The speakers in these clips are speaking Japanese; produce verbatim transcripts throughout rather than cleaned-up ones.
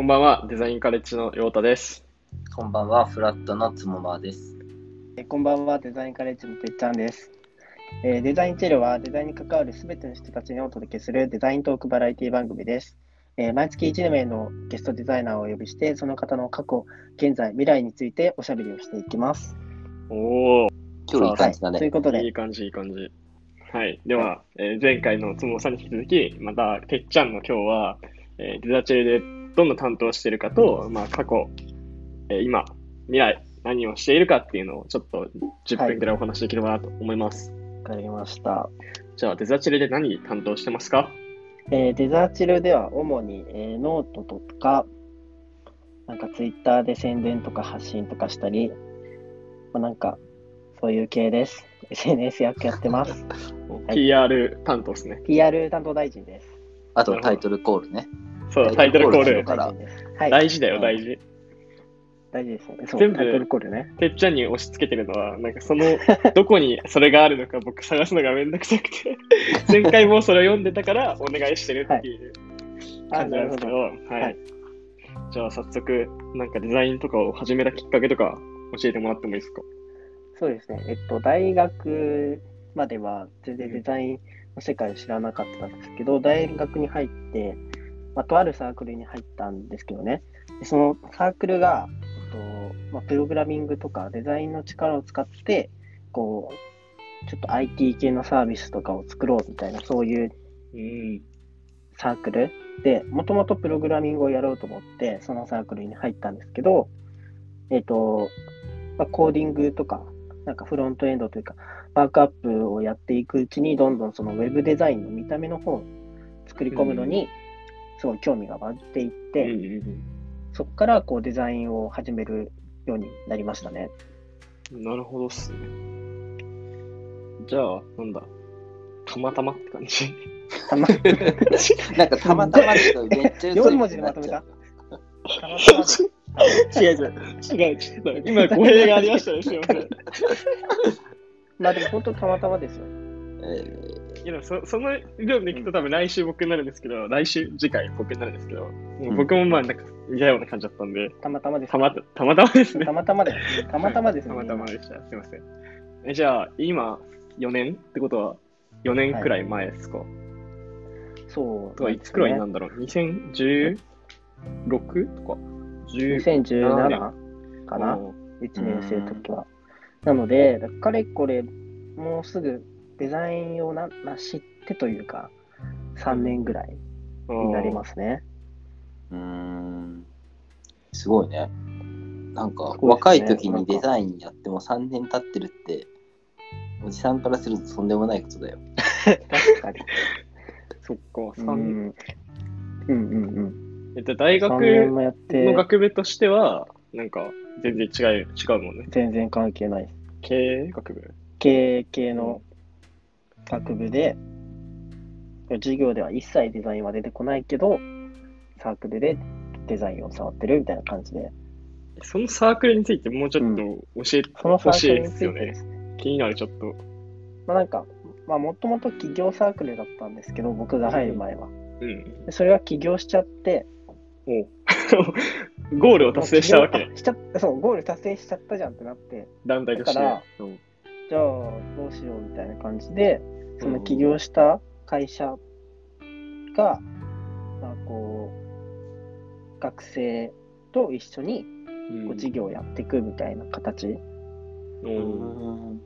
んばんは、デザインカレッジの陽太です。 こんばんは、フラットのつもまです。 えこんばんは、デザインカレッジのてっちゃんです。えーデザインチェルはデザインに関わるすべての人たちにお届けするデザイントークバラエティ番組です。えー毎月いち名のゲストデザイナーをお呼びして、その方の過去、現在、未来についておしゃべりをしていきます。 おー、 今日いい感じだね。 はい、ということで、 いい感じ、いい感じ。はい、では、えー前回のつもさんに引き続き、また、てっちゃんの今日は、えーデザチェルでどんな担当しているかと、まあ、過去、えー今、未来、何をしているかっていうのをちょっとじゅっぷんくらいお話しできればなと思います。 わかりました。 じゃあ、デザチェルで何担当してますか？ えーデザチルでは主に、えーノートとか、なんかツイッターで宣伝とか発信とかしたり、まあ、なんかそういう系です。エスエヌエス 役やってます。はい、 ピーアール 担当ですね。 ピーアール 担当大臣です。 あとタイトルコールね。 そう、タイトルコール。 からはい、 大事だよ、大事。 大事ですよね。そう、 全部タイトルコールね。 てっちゃんに押し付けてるのは、なんかその、どこにそれがあるのか僕探すのがめんどくさくて、前回もそれを読んでたからお願いしてるっていう感じなんですけど、はい。 はい、 じゃあ早速、なんかデザインとかを始めたきっかけとか教えてもらってもいいですか？ そうですね。えっと、大学までは全然デザインの世界を知らなかったんですけど、大学に入って、まあ、とあるサークルに入ったんですけどね。でそのサークルが、えっとまあ、プログラミングとかデザインの力を使って、こう、ちょっと アイティー 系のサービスとかを作ろうみたいな、そういううんサークルで、もともとプログラミングをやろうと思って、そのサークルに入ったんですけど、えっと、まあ、コーディングとか、なんかフロントエンドというか、マークアップをやっていくうちに、どんどんそのウェブデザインの見た目の方を作り込むのに、すごい興味が湧いていって、 うんうんうんそこからこうデザインを始めるようになりましたね。 なるほどっすね。じゃあ、なんだ、たまたまって感じ。 たまなんかたまたまでめっちゃよん文字でまとめた。たまたまで。 違う違う、違う、ちょっと今語弊がありましたね、すいません。 まあでも本当たまたまですよ。 えいやでもそその量でいくと多分来週僕になるんですけど、来週次回僕になるんですけど、もう僕もまあなんか似たような感じだったんで、 たまたまです。 たまたたまたまですね。 たまたまで。たまたまですね。 たまたまでした。すいません。えじゃあ今よねんってことはよねんくらい前ですか？はい、 そう、 とはいつくらいなんだろう ?にせんじゅうろく とかにせんじゅうななかな ?いち 年生の時は。なので、かれこれもうすぐデザインをなな知ってというか、さんねんぐらいになりますね。 うーん、すごいね。なんか、 すごいですね若い時にデザインやってもさんねん経ってるって、おじさんからするととんでもないことだよ。 確かに。 そっか、 う三んうんうんうん。 えっと、大学さんねんもやっての学部としては、なんか全然違う、違うもんね。 全然関係ない。 経営学部経営系の学部で、授業では一切デザインは出てこないけど、サークルでデザインを触ってるみたいな感じで。 そのサークルについてもうちょっと教えてそのサほしいークルにつですよね。 いてですね。 気になる、ちょっと。 まあなんか、まあもともと起業サークルだったんですけど、僕が入る前は。 うん。 でそれは起業しちゃって、 おゴールを達成したわけ。 しちゃそう、ゴール達成しちゃったじゃんってなって、 団体として。 だからうんじゃあどうしようみたいな感じで、その起業した会社が、まあこう、学生と一緒にこう事業をやっていくみたいな形うん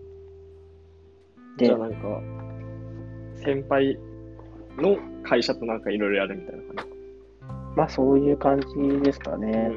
で、 じゃあなんか、先輩の会社となんかいろいろやるみたいな感まあそういう感じですかじ。 ね。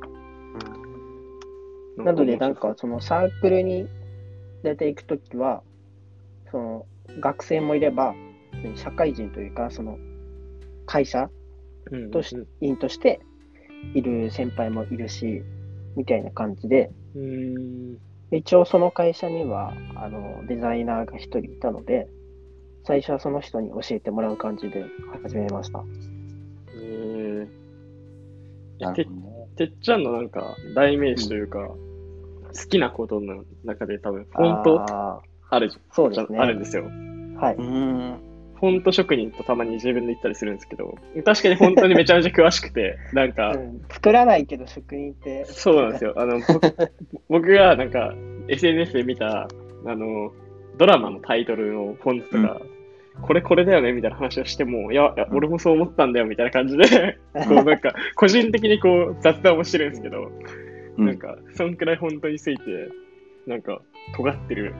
うんなのでなんかそのサークルに出ていくときは、その学生もいれば、社会人というか、その会社とし、員としている先輩もいるし、みたいな感じで、 うん一応その会社にはあのデザイナーが一人いたので、最初はその人に教えてもらう感じで始めました。 えー、てなるほどね。 てっちゃんのなんか代名詞というか、うん、好きなことの中で多分フォントああるじゃん。 そうですね。 あるんですよ。 はい。 うん。 フフォント職人とたまに自分で言ったりするんですけど、確かに本当にめちゃめちゃ詳しくて、なんか、 うん、作らないけど職人って。 そうなんですよ。あの、僕僕がなんか エスエヌエス で見た、あの、ドラマのタイトルのフォントとか、うん、これこれだよねみたいな話をしても、いや、いや俺もそう思ったんだよみたいな感じで、こうなんか、個人的にこう雑談をしてるんですけど、うん、なんか、そんくらい本当について、なんか、尖ってる。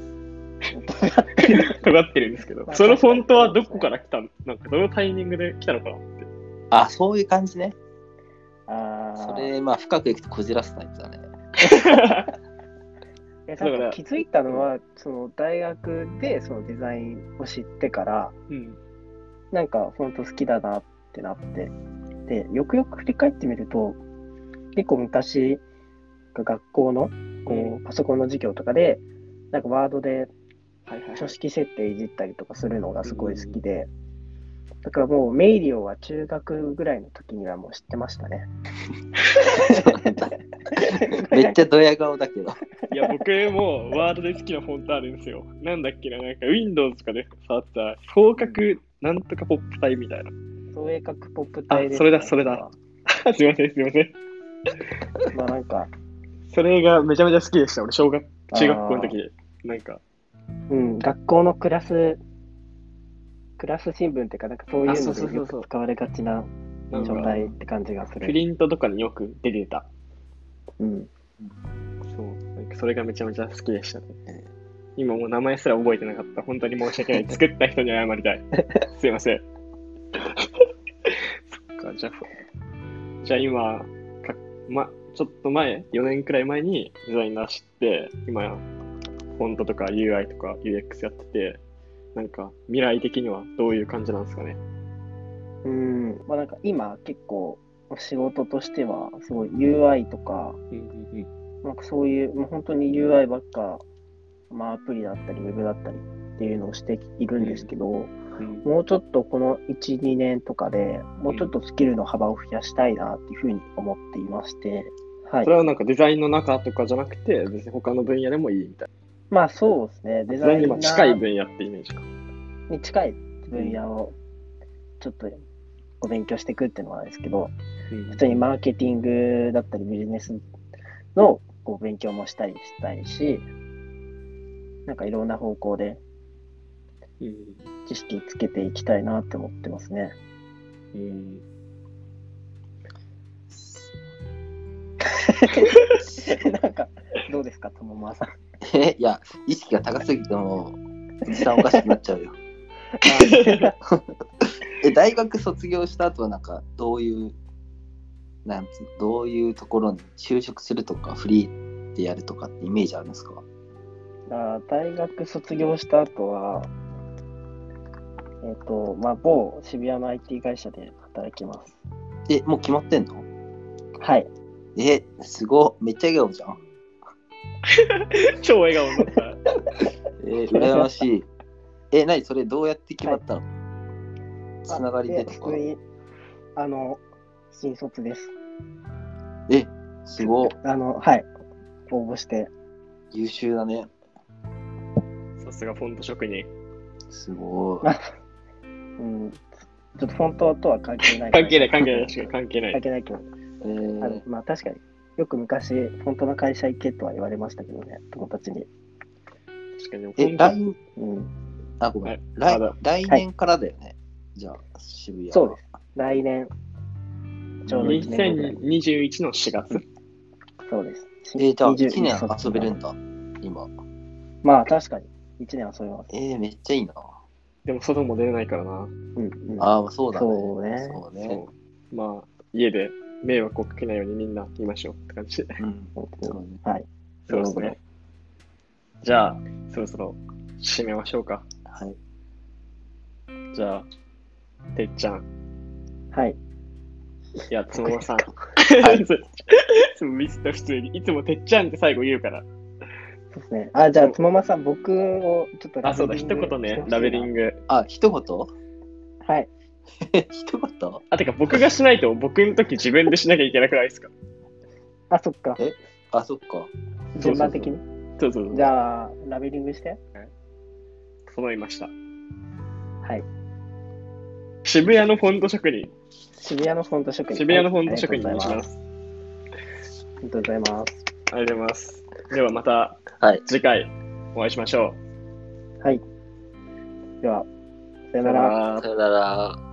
尖ってるんですけど、そのフォントはどこから来たの？なんかどのタイミングで来たのかなって。 あ、そういう感じね。 ああ。それ、まあ、深くいくとこじらすタイプだね。 いやだから気づいたのは、その大学でそのデザインを知ってから、うん、なんかフォント好きだなってなって、で、よくよく振り返ってみると、結構昔、学校のこうパソコンの授業とかで、なんかワードで書式設定いじったりとかするのがすごい好きで、だからもうメイリオは中学ぐらいの時にはもう知ってましたね。 めっちゃドヤ顔だけど。 いや、僕もワードで好きなフォントあるんですよ。なんだっけな、なんか Windows とかで触った双角なんとかポップ体みたいな。 双角ポップ体です、ね。 あ、それだ、それだ。すいません、すいません。 まあなんか、 それがめちゃめちゃ好きでした。俺、小学、中学校の時で。なんか。 うん、学校のクラス、クラス新聞っていうか、なんかそういうのでよく使われがちな状態って感じがする。 プリントとかによく出てた。 うん。 そう。なんかそれがめちゃめちゃ好きでしたね。今もう名前すら覚えてなかった。本当に申し訳ない。作った人に謝りたい。すいません。そっか、じゃあ、じゃあ今、かま、ちょっと前、よねんくらい前にデザイナー知って、今、フォントとか ユーアイ とか ユーエックス やってて、なんか未来的にはどういう感じなんですかね。 うーん、まあなんか今結構仕事としてはすごい ユーアイ とか、うんうんうん、なんかそういうもう本当に ユーアイ ばっか、まあアプリだったりウェブだったりっていうのをしているんですけど、うんうん、もうちょっとこのいち、にねんとかでもうちょっとスキルの幅を増やしたいなっていうふうに思っていまして、 はい。それはなんかデザインの中とかじゃなくて、別に他の分野でもいいみたいな。 まあそうですね。 デザインに近い分野ってイメージか。 に近い分野をちょっとお勉強していくっていうのはあるんですけど、うん、普通にマーケティングだったりビジネスのこう勉強もしたりしたいし、なんかいろんな方向で知識つけていきたいなって思ってますね。うん、なんかどうですか、友間さん。 え、いや、意識が高すぎても、おじさんおかしくなっちゃうよ。え、大学卒業した後はなんかどういうなんつどういうところに就職するとかフリーでやるとかってイメージあるんですか？ あ、大学卒業した後はえっ、ー、とまあ某渋谷の アイティー 会社で働きます。 え、もう決まってんの？ はい。 え、すごい、めっちゃ笑顔じゃん。 超笑顔になった。 えー、羨ましい。え、何それどうやって決まったの？はい、つながりでとか。 普通にあの新卒です。 え、すごい。 あのはい応募して優秀だね。 さすがフォント職人。 すごい。 うん、ちょっとフォントとは関係ない。 関係ない関係ない関係ない。 関係ないけど。えー、あのまあ確かによく昔フォントの会社行けとは言われましたけどね、友達に。 確かに。 え、来、うん、あ、ごめん。来, 来年からだよね。はい、じゃあ、渋谷は。 そうです。来年。 ちょうどにせんにじゅういちのしがつ。 そうです。 えー、じゃあ、いちねん遊べるんだ、今。 まあ、確かに。いちねん遊べます。 えー、めっちゃいいな。 でも、外も出れないからな。うん、うん。 ああ、そうだね。 そうね。 そうね。 そうまあ、家で迷惑をかけないようにみんな言いましょうって感じで。うん。 そうね。はい。 そうですね。じゃあ、そろそろ締めましょうか。 はい。 じゃあ、てっちゃん。 はい。 いや、つもまさん。はい。そのミスった普通に。いつもてっちゃんって最後言うから。 そうですね。あ、じゃあ、つもまさん、僕をちょっとラベリング。あ、そうだ、一言ね、ラベリング。 あ、一言はい。 一言あ、てか、僕がしないと、僕の時自分でしなきゃいけなくないですか？ あ、そっか。 えあ、そっか。 順番的に。 そうそうそう。 じゃあ、ラベリングして。 整いました。 ははい。 渋谷のフォント職人。 渋谷のフォント職人。 渋谷のフォント職人にします。 ありがとうございます。 ありがとうございます。ではまた次回お会いしましょう。 はい。では、さよなら。 さよなら。